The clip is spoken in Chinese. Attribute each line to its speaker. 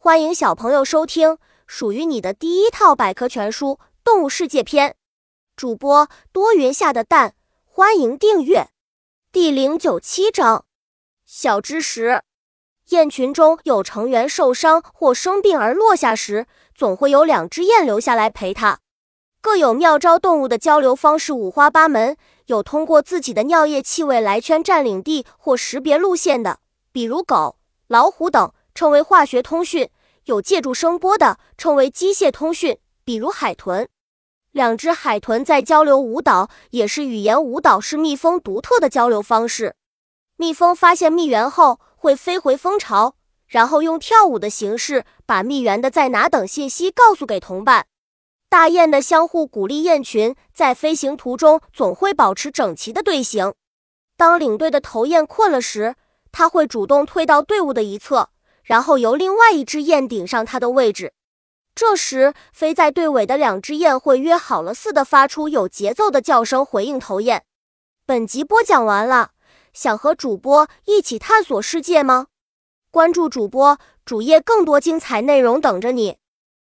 Speaker 1: 欢迎小朋友收听属于你的第一套百科全书《动物世界篇》。主播多云下的蛋，欢迎订阅。第097章，小知识：雁群中有成员受伤或生病而落下时，总会有2只雁留下来陪它。各有妙招，动物的交流方式五花八门，有通过自己的尿液气味来占领地或识别路线的，比如狗、老虎等，称为化学通讯；有借助声波的，称为机械通讯，比如海豚。2只海豚在交流舞蹈，也是语言舞蹈，是蜜蜂独特的交流方式。蜜蜂发现蜜源后，会飞回蜂巢，然后用跳舞的形式把蜜源的在哪等信息告诉给同伴。大雁的相互鼓励，雁群在飞行途中总会保持整齐的队形。当领队的头雁困了时，它会主动退到队伍的一侧，然后由另外一只雁顶上它的位置。这时，飞在队尾的2只雁会约好了似的发出有节奏的叫声回应头雁。本集播讲完了，想和主播一起探索世界吗？关注主播主页，更多精彩内容等着你。